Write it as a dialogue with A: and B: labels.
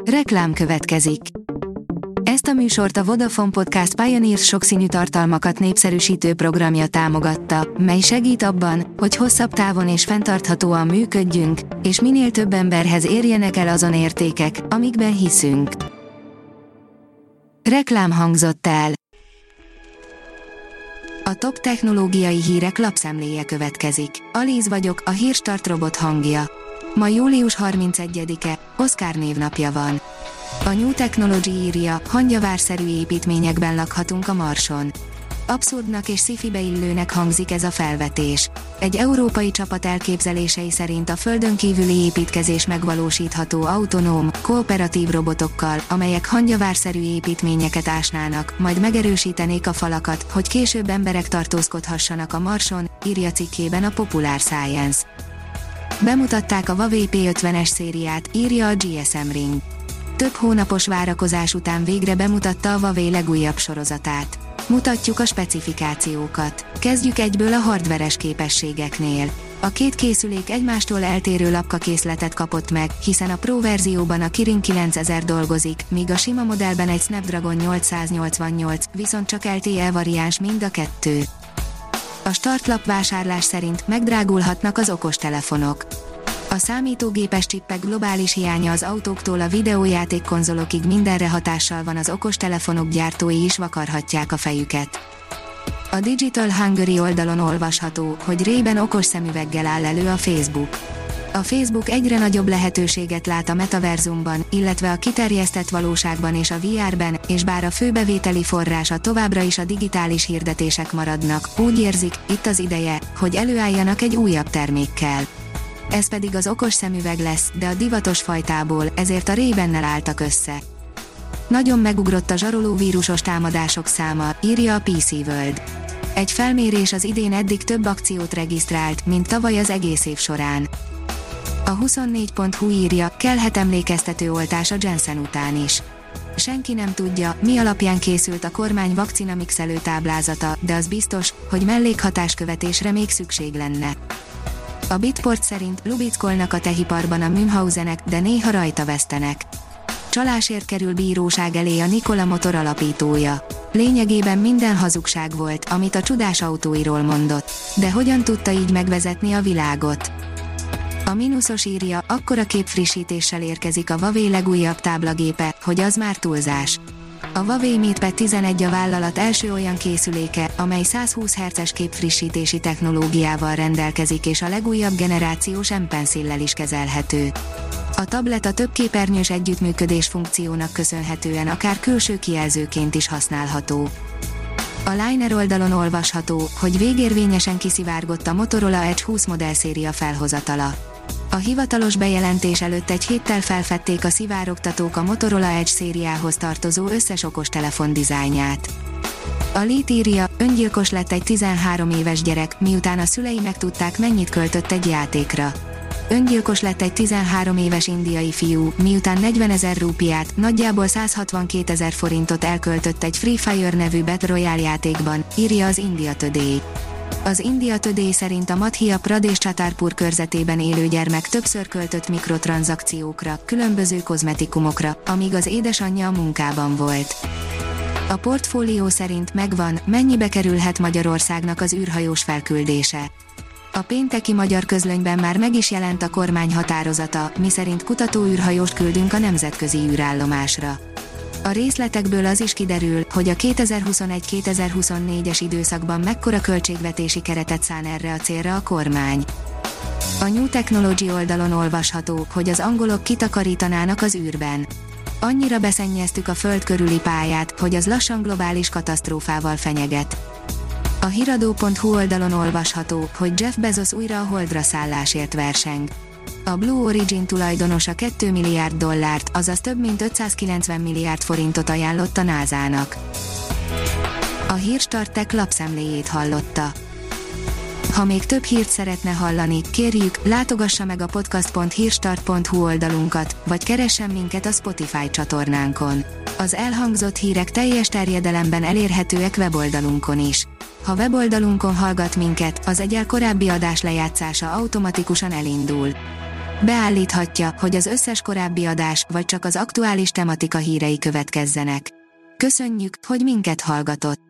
A: Reklám következik. Ezt a műsort a Vodafone Podcast Pioneers sokszínű tartalmakat népszerűsítő programja támogatta, mely segít abban, hogy hosszabb távon és fenntarthatóan működjünk, és minél több emberhez érjenek el azon értékek, amikben hiszünk. Reklám hangzott el. A top technológiai hírek lapszemléje következik. Alíz vagyok, a Hírstart robot hangja. Ma július 31-e, Oszkár névnapja van. A New Technology írja, hangyavárszerű építményekben lakhatunk a Marson. Abszurdnak és sci-fibe illőnek hangzik ez a felvetés. Egy európai csapat elképzelései szerint a földön kívüli építkezés megvalósítható autonóm, kooperatív robotokkal, amelyek hangyavárszerű építményeket ásnának, majd megerősítenék a falakat, hogy később emberek tartózkodhassanak a Marson, írja cikkében a Popular Science. Bemutatták a Huawei P50-es szériát, írja a GSM Ring. Több hónapos várakozás után végre bemutatta a Huawei legújabb sorozatát. Mutatjuk a specifikációkat. Kezdjük egyből a hardveres képességeknél. A két készülék egymástól eltérő lapkakészletet kapott meg, hiszen a Pro verzióban a Kirin 9000 dolgozik, míg a sima modellben egy Snapdragon 888, viszont csak LTE variáns mind a kettő. A startlap vásárlás szerint megdrágulhatnak az okostelefonok. A számítógépes csippek globális hiánya az autóktól a videójáték konzolokig mindenre hatással van, az okostelefonok gyártói is vakarhatják a fejüket. A Digital Hungary oldalon olvasható, hogy Ray-Ban okos szemüveggel áll elő a Facebook. A Facebook egyre nagyobb lehetőséget lát a metaverzumban, illetve a kiterjesztett valóságban és a VR-ben, és bár a főbevételi forrása továbbra is a digitális hirdetések maradnak, úgy érzik, itt az ideje, hogy előálljanak egy újabb termékkel. Ez pedig az okos szemüveg lesz, de a divatos fajtából, ezért a Ray-Bannel álltak össze. Nagyon megugrott a zsaroló vírusos támadások száma, írja a PC World. Egy felmérés az idén eddig több akciót regisztrált, mint tavaly az egész év során. A 24.hu írja, kellhet emlékeztető oltás a Janssen után is. Senki nem tudja, mi alapján készült a kormány vakcina mixelő táblázata, de az biztos, hogy mellékhatáskövetésre még szükség lenne. A Bitport szerint lubickolnak a tehiparban a Münchhausenek, de néha rajta vesztenek. Csalásért kerül bíróság elé a Nikola Motor alapítója. Lényegében minden hazugság volt, amit a csodás autóiról mondott. De hogyan tudta így megvezetni a világot? A mínuszos írja, akkora képfrissítéssel érkezik a Huawei legújabb táblagépe, hogy az már túlzás. A Huawei MatePad 11 a vállalat első olyan készüléke, amely 120 Hz-es képfrissítési technológiával rendelkezik és a legújabb generációs M-Pencil-lel is kezelhető. A tablet a többképernyős együttműködés funkciónak köszönhetően akár külső kijelzőként is használható. A Liner oldalon olvasható, hogy végérvényesen kiszivárgott a Motorola Edge 20 modellszéria felhozatala. A hivatalos bejelentés előtt egy héttel felfedték a szivárogtatók a Motorola Edge szériához tartozó összes okostelefon dizájnját. A Lead írja, öngyilkos lett egy 13 éves gyerek, miután a szülei megtudták, mennyit költött egy játékra. Öngyilkos lett egy 13 éves indiai fiú, miután 40 000 rúpiát, nagyjából 162 000 forintot elköltött egy Free Fire nevű Battle Royale játékban, írja az India Today. Az India Today szerint a Madhya Pradesh Chattarpur körzetében élő gyermek többször költött mikrotranzakciókra, különböző kozmetikumokra, amíg az édesanyja a munkában volt. A portfólió szerint megvan, mennyibe kerülhet Magyarországnak az űrhajós felküldése. A pénteki magyar közlönyben már meg is jelent a kormány határozata, miszerint kutatóűrhajóst küldünk a nemzetközi űrállomásra. A részletekből az is kiderül, hogy a 2021-2024-es időszakban mekkora költségvetési keretet szán erre a célra a kormány. A New Technology oldalon olvasható, hogy az angolok kitakarítanának az űrben. Annyira beszennyeztük a föld körüli pályát, hogy az lassan globális katasztrófával fenyeget. A hiradó.hu oldalon olvasható, hogy Jeff Bezos újra a Holdra szállásért verseng. A Blue Origin tulajdonosa $2 milliárd, azaz több mint 590 milliárd forintot ajánlott a NASA-nak. A Hírstart Tech lapszemléjét hallotta. Ha még több hírt szeretne hallani, kérjük, látogassa meg a podcast.hírstart.hu oldalunkat, vagy keressen minket a Spotify csatornánkon. Az elhangzott hírek teljes terjedelemben elérhetőek weboldalunkon is. Ha weboldalunkon hallgat minket, az egyel korábbi adás lejátszása automatikusan elindul. Beállíthatja, hogy az összes korábbi adás, vagy csak az aktuális tematika hírei következzenek. Köszönjük, hogy minket hallgatott!